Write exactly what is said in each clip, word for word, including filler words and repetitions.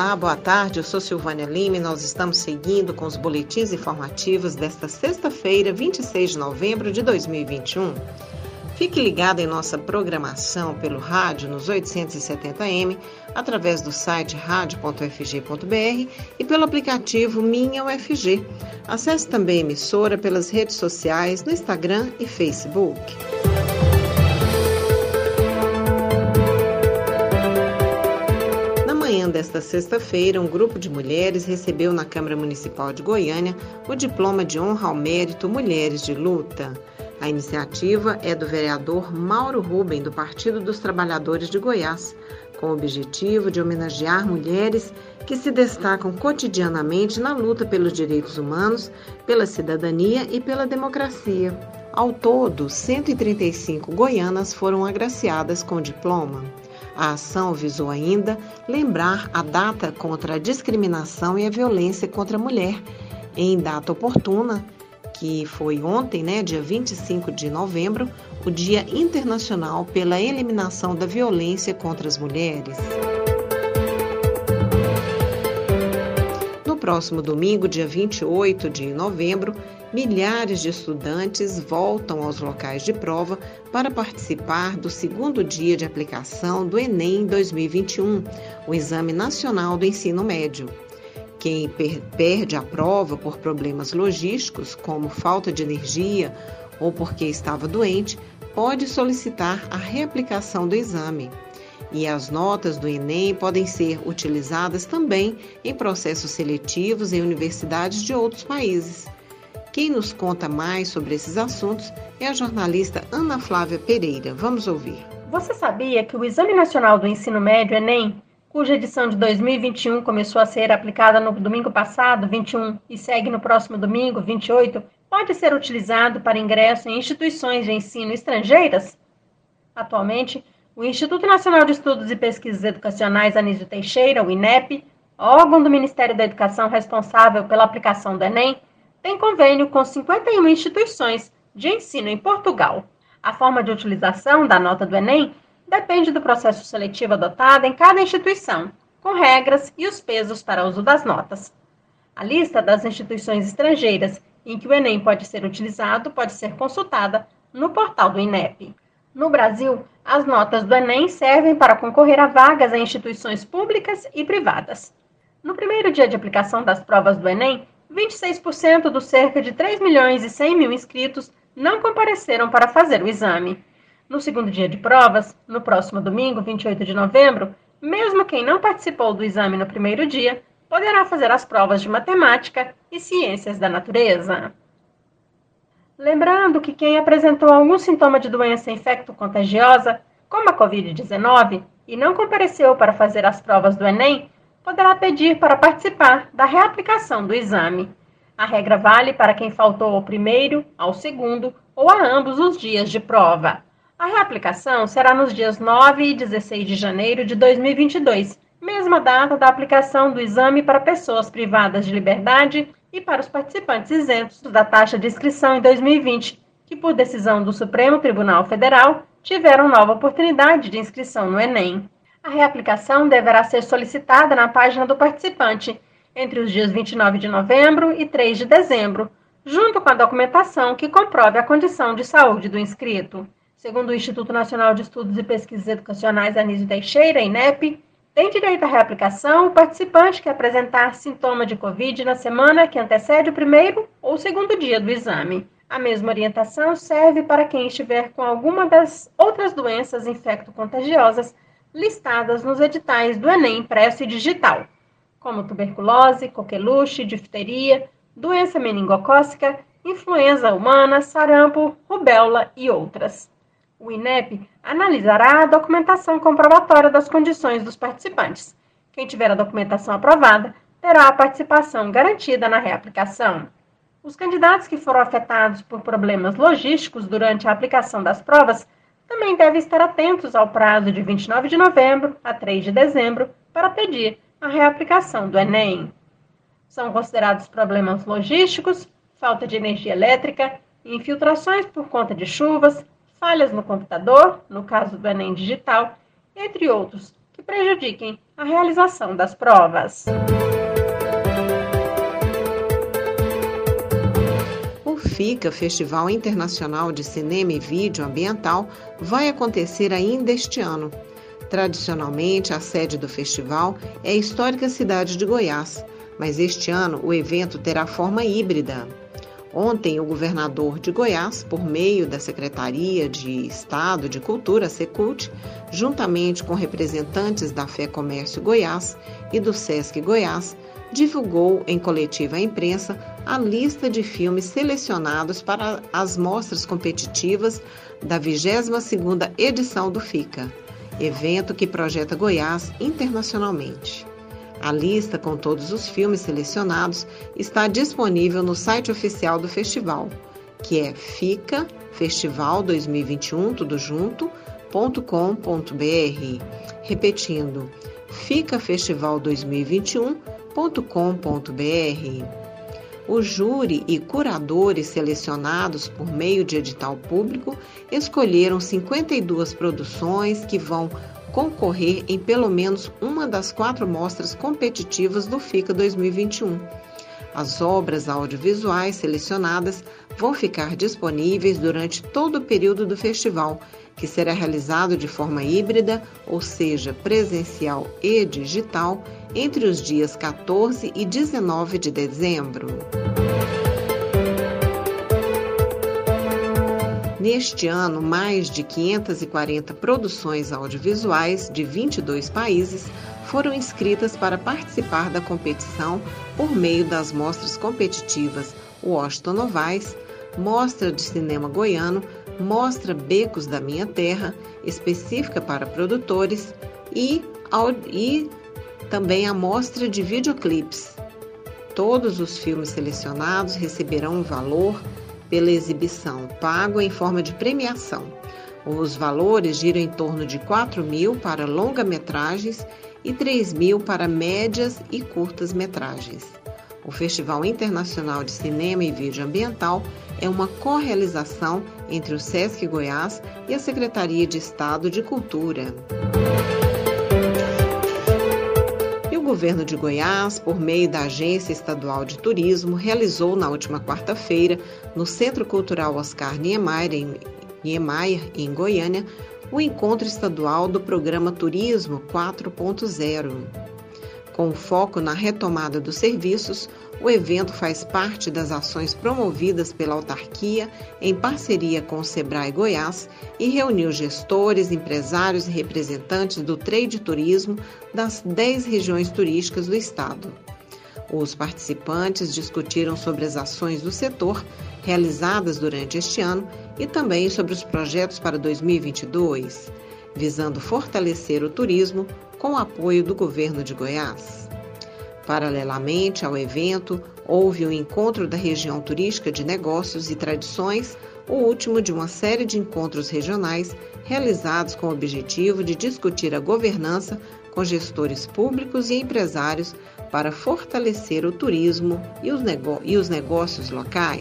Olá, boa tarde, eu sou Silvânia Lima e nós estamos seguindo com os boletins informativos desta sexta-feira, vinte e seis de novembro de dois mil e vinte e um. Fique ligado em nossa programação pelo rádio nos oitocentos e setenta eme, através do site rádio ponto f g ponto b r e pelo aplicativo Minha U F G. Acesse também a emissora pelas redes sociais no Instagram e Facebook. Na manhã desta sexta-feira, um grupo de mulheres recebeu na Câmara Municipal de Goiânia o diploma de honra ao mérito Mulheres de Luta. A iniciativa é do vereador Mauro Rubem, do Partido dos Trabalhadores de Goiás, com o objetivo de homenagear mulheres que se destacam cotidianamente na luta pelos direitos humanos, pela cidadania e pela democracia. Ao todo, cento e trinta e cinco goianas foram agraciadas com o diploma. A ação visou ainda lembrar a data contra a discriminação e a violência contra a mulher, em data oportuna, que foi ontem, né, dia vinte e cinco de novembro, o Dia Internacional pela Eliminação da Violência contra as Mulheres. No próximo domingo, dia vinte e oito de novembro, milhares de estudantes voltam aos locais de prova para participar do segundo dia de aplicação do Enem dois mil e vinte e um, o Exame Nacional do Ensino Médio. Quem per- perde a prova por problemas logísticos, como falta de energia ou porque estava doente, pode solicitar a reaplicação do exame. E as notas do Enem podem ser utilizadas também em processos seletivos em universidades de outros países. Quem nos conta mais sobre esses assuntos é a jornalista Ana Flávia Pereira. Vamos ouvir. Você sabia que o Exame Nacional do Ensino Médio, Enem, cuja edição de dois mil e vinte e um começou a ser aplicada no domingo passado, vinte e um, e segue no próximo domingo, vinte e oito, pode ser utilizado para ingresso em instituições de ensino estrangeiras? Atualmente, o Instituto Nacional de Estudos e Pesquisas Educacionais Anísio Teixeira, o INEP, órgão do Ministério da Educação responsável pela aplicação do Enem, tem convênio com cinquenta e uma instituições de ensino em Portugal. A forma de utilização da nota do Enem depende do processo seletivo adotado em cada instituição, com regras e os pesos para uso das notas. A lista das instituições estrangeiras em que o Enem pode ser utilizado pode ser consultada no portal do INEP. No Brasil, as notas do Enem servem para concorrer a vagas em instituições públicas e privadas. No primeiro dia de aplicação das provas do Enem, vinte e seis por cento dos cerca de três milhões e cem mil inscritos não compareceram para fazer o exame. No segundo dia de provas, no próximo domingo, vinte e oito de novembro, mesmo quem não participou do exame no primeiro dia, poderá fazer as provas de matemática e ciências da natureza. Lembrando que quem apresentou algum sintoma de doença infecto-contagiosa, como a covid dezenove, e não compareceu para fazer as provas do Enem, poderá pedir para participar da reaplicação do exame. A regra vale para quem faltou ao primeiro, ao segundo ou a ambos os dias de prova. A reaplicação será nos dias nove e dezesseis de janeiro de dois mil e vinte e dois, mesma data da aplicação do exame para pessoas privadas de liberdade e para os participantes isentos da taxa de inscrição em dois mil e vinte, que por decisão do Supremo Tribunal Federal tiveram nova oportunidade de inscrição no Enem. A reaplicação deverá ser solicitada na página do participante entre os dias vinte e nove de novembro e três de dezembro, junto com a documentação que comprove a condição de saúde do inscrito. Segundo o Instituto Nacional de Estudos e Pesquisas Educacionais Anísio Teixeira, INEP, tem direito à reaplicação o participante que apresentar sintoma de Covid na semana que antecede o primeiro ou segundo dia do exame. A mesma orientação serve para quem estiver com alguma das outras doenças infecto-contagiosas listadas nos editais do Enem impresso e digital, como tuberculose, coqueluche, difteria, doença meningocócica, influenza humana, sarampo, rubéola e outras. O INEP analisará a documentação comprobatória das condições dos participantes. Quem tiver a documentação aprovada terá a participação garantida na reaplicação. Os candidatos que foram afetados por problemas logísticos durante a aplicação das provas também devem estar atentos ao prazo de vinte e nove de novembro a três de dezembro para pedir a reaplicação do Enem. São considerados problemas logísticos, falta de energia elétrica, infiltrações por conta de chuvas, falhas no computador, no caso do Enem digital, entre outros, que prejudiquem a realização das provas. O FICA, Festival Internacional de Cinema e Vídeo Ambiental, vai acontecer ainda este ano. Tradicionalmente, a sede do festival é a histórica cidade de Goiás, mas este ano o evento terá forma híbrida. Ontem, o governador de Goiás, por meio da Secretaria de Estado de Cultura, Secult, juntamente com representantes da Fé Comércio Goiás e do Sesc Goiás, divulgou em coletiva à imprensa a lista de filmes selecionados para as mostras competitivas da vigésima segunda edição do FICA, evento que projeta Goiás internacionalmente. A lista com todos os filmes selecionados está disponível no site oficial do festival, que é fica festival dois mil e vinte e um tudo junto ponto com ponto br. Repetindo, fica festival dois mil e vinte e um ponto com ponto br. O júri e curadores selecionados por meio de edital público escolheram cinquenta e duas produções que vão concorrer em pelo menos uma das quatro mostras competitivas do FICA dois mil e vinte e um. As obras audiovisuais selecionadas vão ficar disponíveis durante todo o período do festival, que será realizado de forma híbrida, ou seja, presencial e digital, entre os dias quatorze e dezenove de dezembro. Neste ano, mais de quinhentas e quarenta produções audiovisuais de vinte e dois países foram inscritas para participar da competição por meio das mostras competitivas Washington Novaes, Mostra de Cinema Goiano, Mostra Becos da Minha Terra, específica para produtores, e, e também a Mostra de Videoclipes. Todos os filmes selecionados receberão um valor pela exibição, pago em forma de premiação. Os valores giram em torno de quatro mil para longa-metragens e três mil para médias e curtas-metragens. O Festival Internacional de Cinema e Vídeo Ambiental é uma co-realização entre o Sesc Goiás e a Secretaria de Estado de Cultura. O governo de Goiás, por meio da Agência Estadual de Turismo, realizou na última quarta-feira, no Centro Cultural Oscar Niemeyer, em, Niemeyer, em Goiânia, o encontro estadual do Programa Turismo quatro ponto zero. Com foco na retomada dos serviços, o evento faz parte das ações promovidas pela autarquia em parceria com o Sebrae Goiás e reuniu gestores, empresários e representantes do trade turismo das dez regiões turísticas do estado. Os participantes discutiram sobre as ações do setor realizadas durante este ano e também sobre os projetos para dois mil e vinte e dois, visando fortalecer o turismo com o apoio do governo de Goiás. Paralelamente ao evento, houve o encontro da região turística de negócios e tradições, o último de uma série de encontros regionais realizados com o objetivo de discutir a governança com gestores públicos e empresários para fortalecer o turismo e os, nego- e os negócios locais.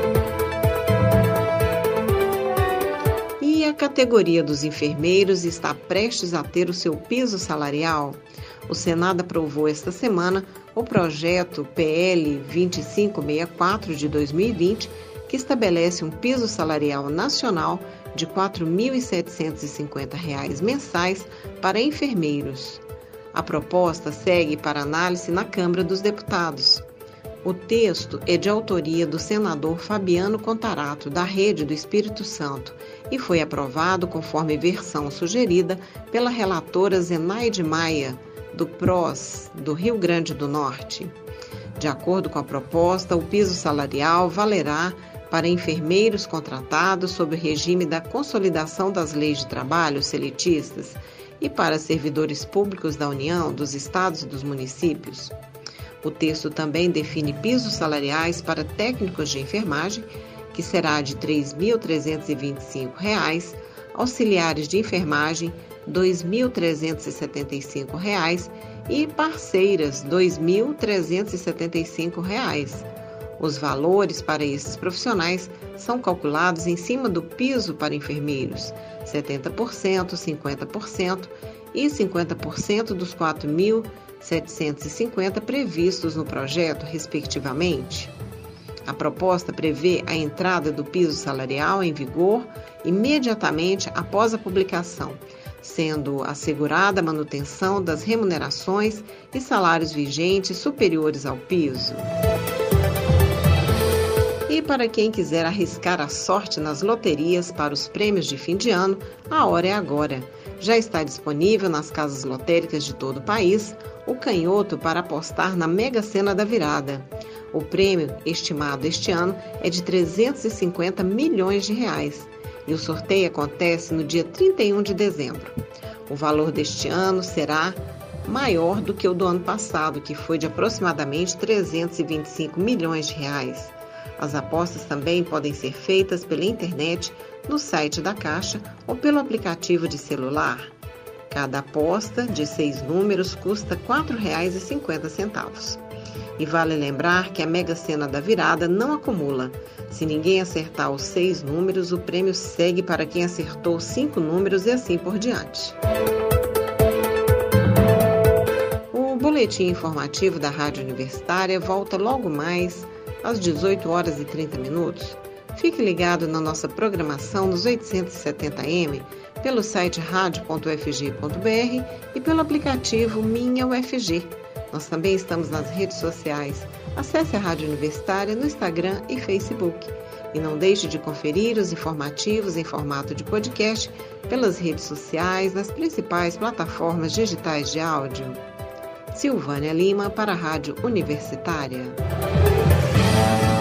E a categoria dos enfermeiros está prestes a ter o seu piso salarial. O Senado aprovou esta semana o projeto P L vinte e cinco sessenta e quatro de dois mil e vinte, que estabelece um piso salarial nacional de quatro mil setecentos e cinquenta reais mensais para enfermeiros. A proposta segue para análise na Câmara dos Deputados. O texto é de autoria do senador Fabiano Contarato, da Rede do Espírito Santo, e foi aprovado conforme versão sugerida pela relatora Zenaide Maia, do P R O S, do Rio Grande do Norte. De acordo com a proposta, o piso salarial valerá para enfermeiros contratados sob o regime da Consolidação das Leis de Trabalho seletistas e para servidores públicos da União, dos estados e dos municípios. O texto também define pisos salariais para técnicos de enfermagem, que será de três mil trezentos e vinte e cinco reais, auxiliares de enfermagem, dois mil trezentos e setenta e cinco reais e parceiras, dois mil trezentos e setenta e cinco reais. Os valores para esses profissionais são calculados em cima do piso para enfermeiros, setenta por cento, cinquenta por cento e cinquenta por cento dos quatro mil setecentos e cinquenta previstos no projeto, respectivamente. A proposta prevê a entrada do piso salarial em vigor imediatamente após a publicação, sendo assegurada a manutenção das remunerações e salários vigentes superiores ao piso. E para quem quiser arriscar a sorte nas loterias para os prêmios de fim de ano, a hora é agora. Já está disponível nas casas lotéricas de todo o país o canhoto para apostar na Mega Sena da Virada. O prêmio, estimado este ano, é de trezentos e cinquenta milhões de reais e o sorteio acontece no dia trinta e um de dezembro. O valor deste ano será maior do que o do ano passado, que foi de aproximadamente trezentos e vinte e cinco milhões de reais. As apostas também podem ser feitas pela internet, no site da Caixa ou pelo aplicativo de celular. Cada aposta de seis números custa quatro reais e cinquenta centavos. E vale lembrar que a Mega Sena da Virada não acumula. Se ninguém acertar os seis números, o prêmio segue para quem acertou cinco números e assim por diante. O boletim informativo da Rádio Universitária volta logo mais às dezoito horas e trinta minutos. Fique ligado na nossa programação nos oitocentos e setenta eme, pelo site rádio ponto u f g ponto b r e pelo aplicativo Minha U F G. Nós também estamos nas redes sociais. Acesse a Rádio Universitária no Instagram e Facebook. E não deixe de conferir os informativos em formato de podcast pelas redes sociais, nas principais plataformas digitais de áudio. Silvânia Lima para a Rádio Universitária.